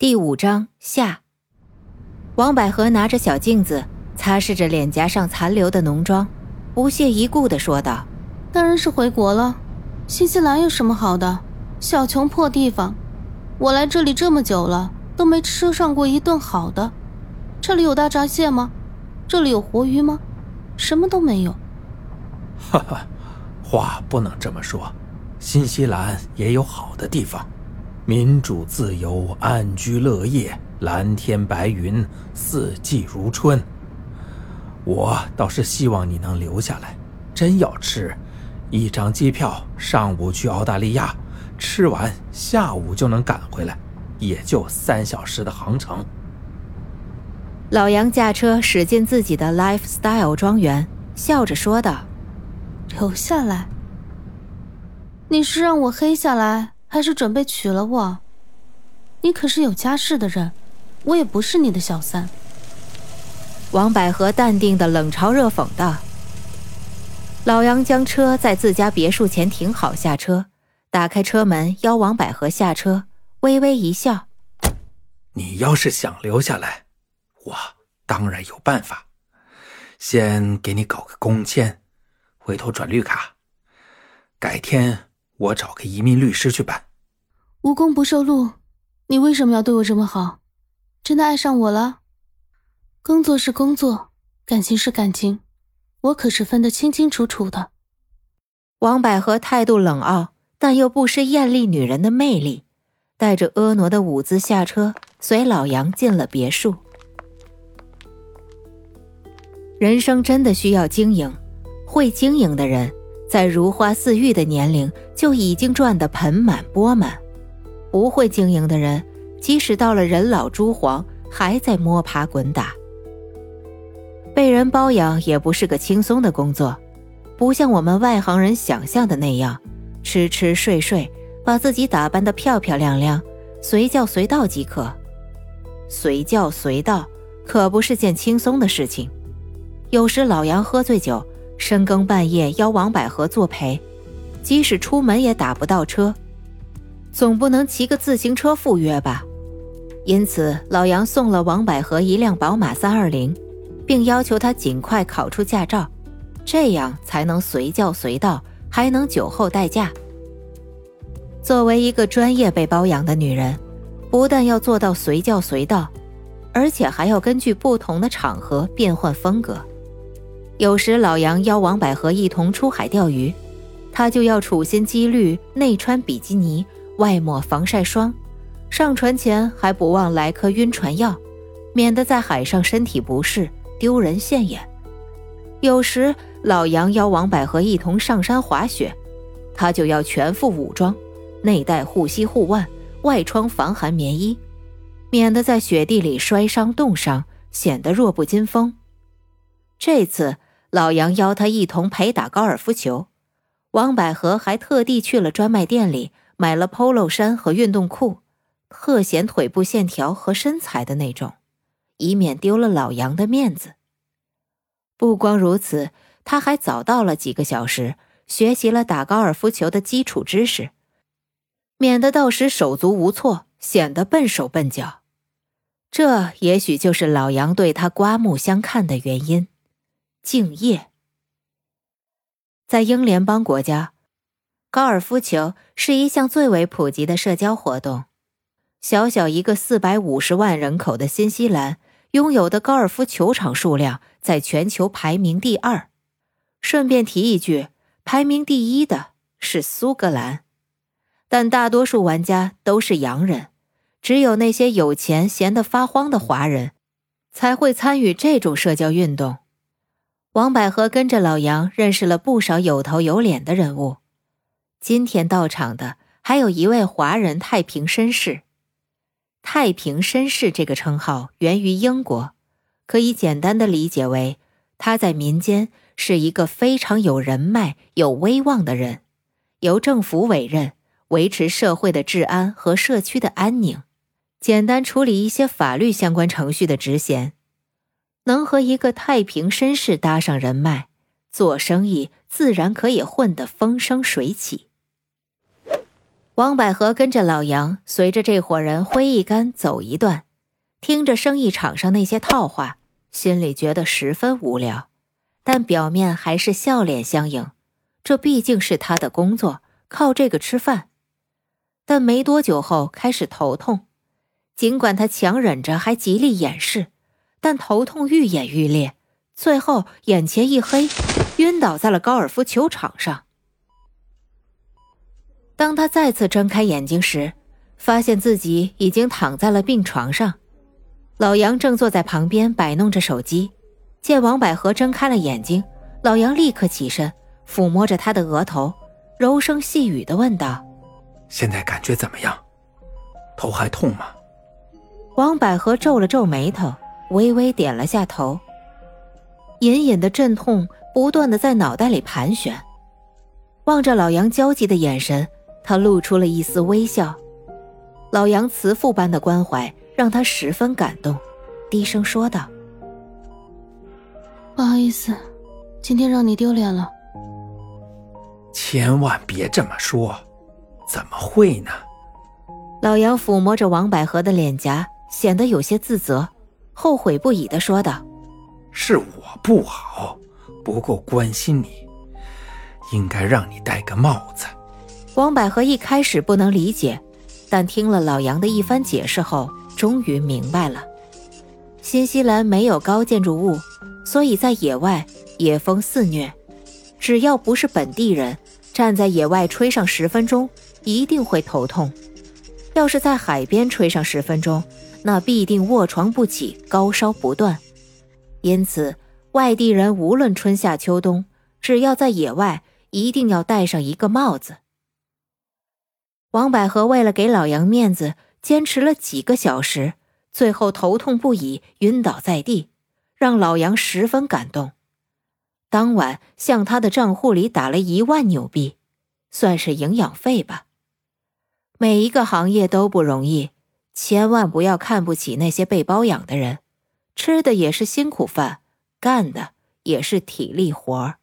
第5章下。王百合拿着小镜子擦拭着脸颊上残留的浓妆，不屑一顾地说道： 当然是回国了，新西兰有什么好的？小穷破地方，我来这里这么久了，都没吃上过一顿好的。这里有大闸蟹吗？这里有活鱼吗？什么都没有。 哈哈，话不能这么说，新西兰也有好的地方，民主自由，安居乐业，蓝天白云，四季如春。我倒是希望你能留下来，真要吃，一张机票上午去澳大利亚，吃完下午就能赶回来，也就3小时的航程。 老杨驾车驶进自己的 Lifestyle 庄园，笑着说道： 留下来？你是让我黑下来，还是准备娶了我？你可是有家室的人，我也不是你的小三。 王百合淡定地冷嘲热讽道。老杨将车在自家别墅前停好下车，打开车门邀王百合下车，微微一笑： 你要是想留下来，我当然有办法。先给你搞个工签，回头转绿卡，改天我找个移民律师去办。 无功不受禄，你为什么要对我这么好？真的爱上我了？工作是工作，感情是感情，我可是分得清清楚楚的。 王百合态度冷傲，但又不失艳丽女人的魅力，带着婀娜的舞姿下车，随老杨进了别墅。人生真的需要经营，会经营的人在如花似玉的年龄就已经赚得盆满钵满，不会经营的人即使到了人老珠黄还在摸爬滚打。被人包养也不是个轻松的工作，不像我们外行人想象的那样吃吃睡睡，把自己打扮得漂漂亮亮，随叫随到即可。随叫随到可不是件轻松的事情。有时老杨喝醉酒，深更半夜邀王百合作陪，即使出门也打不到车，总不能骑个自行车赴约吧。因此老杨送了王百合一辆宝马320，并要求他尽快考出驾照，这样才能随叫随到，还能酒后代驾。作为一个专业被包养的女人，不但要做到随叫随到，而且还要根据不同的场合变换风格。有时老杨邀王百合一同出海钓鱼，他就要处心积虑内穿比基尼，外抹防晒霜，上船前还不忘来颗晕船药，免得在海上身体不适，丢人现眼。有时老杨邀王百合一同上山滑雪，他就要全副武装，内带护膝护腕，外穿防寒棉衣，免得在雪地里摔伤冻伤，显得弱不禁风。这次老杨邀他一同陪打高尔夫球，王百合还特地去了专卖店里买了 polo 衫和运动裤，特显腿部线条和身材的那种，以免丢了老杨的面子。不光如此，他还早到了几个小时，学习了打高尔夫球的基础知识，免得到时手足无措，显得笨手笨脚。这也许就是老杨对他刮目相看的原因。敬业。在英联邦国家，高尔夫球是一项最为普及的社交活动。小小一个450万人口的新西兰，拥有的高尔夫球场数量在全球排名第2。顺便提一句，排名第1的是苏格兰。但大多数玩家都是洋人，只有那些有钱闲得发慌的华人才会参与这种社交运动。王百合跟着老杨认识了不少有头有脸的人物，今天到场的还有一位华人太平绅士。太平绅士这个称号源于英国，可以简单的理解为他在民间是一个非常有人脉有威望的人，由政府委任维持社会的治安和社区的安宁，简单处理一些法律相关程序的职衔。能和一个太平绅士搭上人脉，做生意自然可以混得风生水起。 王百合跟着老杨随着这伙人挥一杆走一段，听着生意场上那些套话，心里觉得十分无聊，但表面还是笑脸相迎，这毕竟是他的工作，靠这个吃饭。但没多久后开始头痛，尽管他强忍着还极力掩饰，但头痛愈演愈烈，最后眼前一黑，晕倒在了高尔夫球场上。当他再次睁开眼睛时，发现自己已经躺在了病床上。老杨正坐在旁边摆弄着手机，见王百合睁开了眼睛，老杨立刻起身，抚摸着他的额头，柔声细语地问道： 现在感觉怎么样？头还痛吗？ 王百合皱了皱眉头，微微点了下头。隐隐的阵痛不断地在脑袋里盘旋，望着老杨焦急的眼神，他露出了一丝微笑。老杨慈父般的关怀让他十分感动，低声说道： 不好意思，今天让你丢脸了。 千万别这么说，怎么会呢？ 老杨抚摸着王百合的脸颊，显得有些自责，后悔不已地说道： 是我不好，不够关心你，应该让你戴个帽子。 王百合一开始不能理解，但听了老杨的一番解释后，终于明白了。新西兰没有高建筑物，所以在野外野风肆虐，只要不是本地人，站在野外吹上10分钟一定会头痛。要是在海边吹上10分钟，那必定卧床不起，高烧不断。因此外地人无论春夏秋冬，只要在野外一定要戴上一个帽子。王百合为了给老杨面子，坚持了几个小时，最后头痛不已，晕倒在地，让老杨十分感动。当晚向他的账户里打了1万纽币，算是营养费吧。每一个行业都不容易，千万不要看不起那些被包养的人，吃的也是辛苦饭，干的也是体力活儿。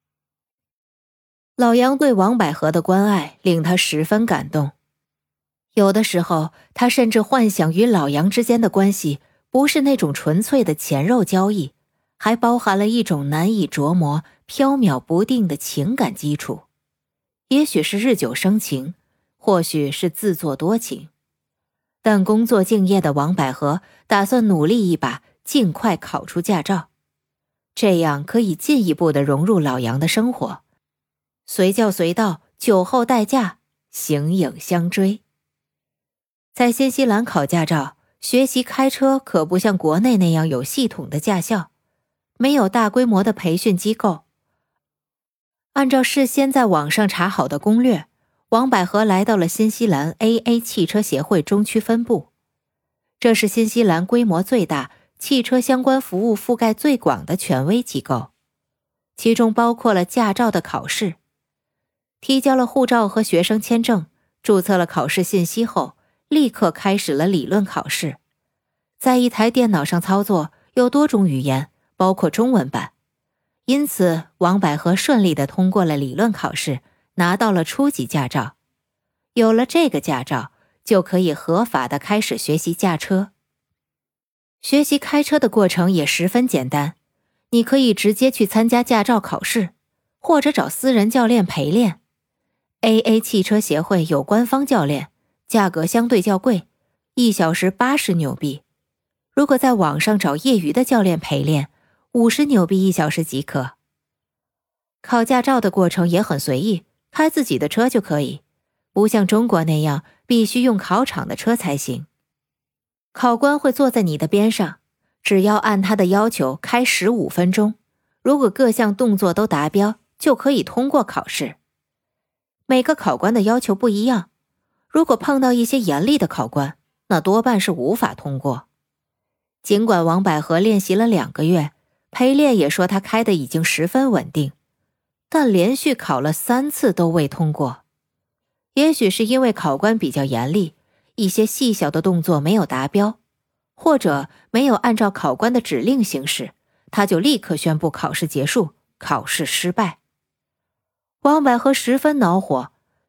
老杨对王百合的关爱令他十分感动，有的时候他甚至幻想与老杨之间的关系不是那种纯粹的钱肉交易，还包含了一种难以琢磨、缥缈不定的情感基础。也许是日久生情，或许是自作多情，但工作敬业的王百合打算努力一把，尽快考出驾照，这样可以进一步地融入老杨的生活，随叫随到，酒后代驾，形影相追。在新西兰考驾照，学习开车可不像国内那样有系统的驾校，没有大规模的培训机构。按照事先在网上查好的攻略，王百合来到了新西兰 AA 汽车协会中区分部。这是新西兰规模最大、汽车相关服务覆盖最广的权威机构，其中包括了驾照的考试。提交了护照和学生签证，注册了考试信息后，立刻开始了理论考试。在一台电脑上操作，有多种语言，包括中文版。因此，王百合顺利地通过了理论考试，拿到了初级驾照。有了这个驾照，就可以合法地开始学习驾车。学习开车的过程也十分简单，你可以直接去参加驾照考试，或者找私人教练陪练。AA 汽车协会有官方教练，价格相对较贵，1小时80纽币。如果在网上找业余的教练陪练，50纽币1小时即可。考驾照的过程也很随意，开自己的车就可以，不像中国那样必须用考场的车才行。考官会坐在你的边上，只要按他的要求开15分钟，如果各项动作都达标，就可以通过考试。每个考官的要求不一样，如果碰到一些严厉的考官，那多半是无法通过。尽管王百合练习了2个月，陪练也说他开的已经十分稳定，但连续考了3次都未通过。也许是因为考官比较严厉，一些细小的动作没有达标，或者没有按照考官的指令行事，他就立刻宣布考试结束，考试失败。王百合十分恼火，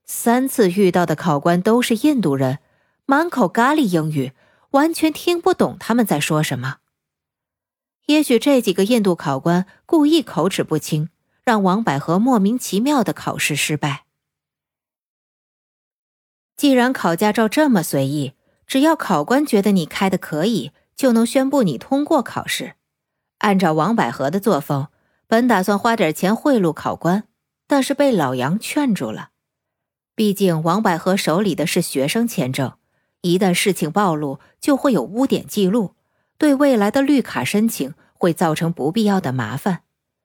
3次遇到的考官都是印度人，满口咖喱英语，完全听不懂他们在说什么。也许这几个印度考官故意口齿不清，让王百合莫名其妙的考试失败。既然考驾照这么随意，只要考官觉得你开的可以，就能宣布你通过考试。按照王百合的作风，本打算花点钱贿赂考官，但是被老杨劝住了。毕竟王百合手里的是学生签证，一旦事情暴露，就会有污点记录，对未来的绿卡申请会造成不必要的麻烦。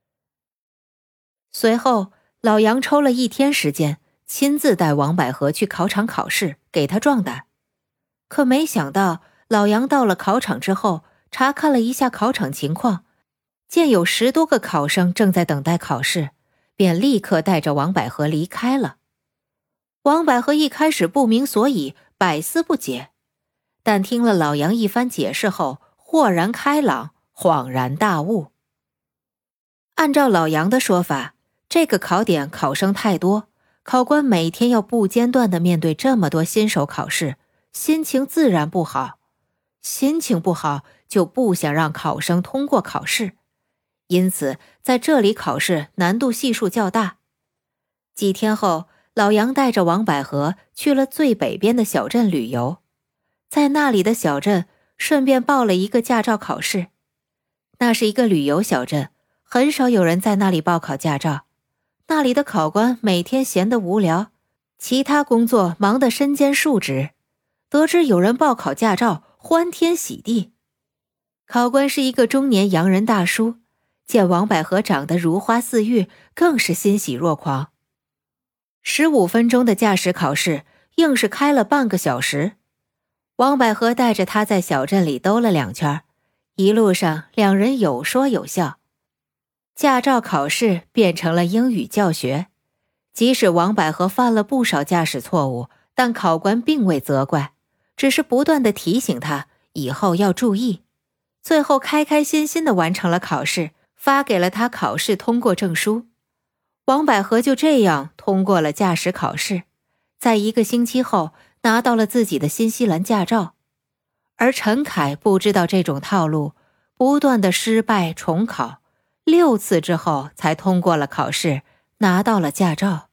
随后，老杨抽了1天时间，亲自带王百合去考场考试，给他壮胆。可没想到，老杨到了考场之后，查看了一下考场情况，见有10多个考生正在等待考试，便立刻带着王百合离开了。王百合一开始不明所以，百思不解，但听了老杨一番解释后，豁然开朗，恍然大悟。按照老杨的说法，这个考点考生太多，考官每天要不间断地面对这么多新手考试，心情自然不好。心情不好，就不想让考生通过考试，因此在这里考试难度系数较大。几天后，老杨带着王百合去了最北边的小镇旅游，在那里的小镇顺便报了一个驾照考试。那是一个旅游小镇，很少有人在那里报考驾照。那里的考官每天闲得无聊，其他工作忙得身兼数职，得知有人报考驾照，欢天喜地。考官是一个中年洋人大叔，见王百合长得如花似玉，更是欣喜若狂。15分钟的驾驶考试，硬是开了半个小时。王百合带着他在小镇里兜了2圈，一路上两人有说有笑。驾照考试变成了英语教学，即使王百合犯了不少驾驶错误，但考官并未责怪，只是不断地提醒他以后要注意。最后开开心心地完成了考试，发给了他考试通过证书。王百合就这样通过了驾驶考试，在1个星期后拿到了自己的新西兰驾照。而陈凯不知道这种套路，不断的失败重考，6次之后才通过了考试，拿到了驾照。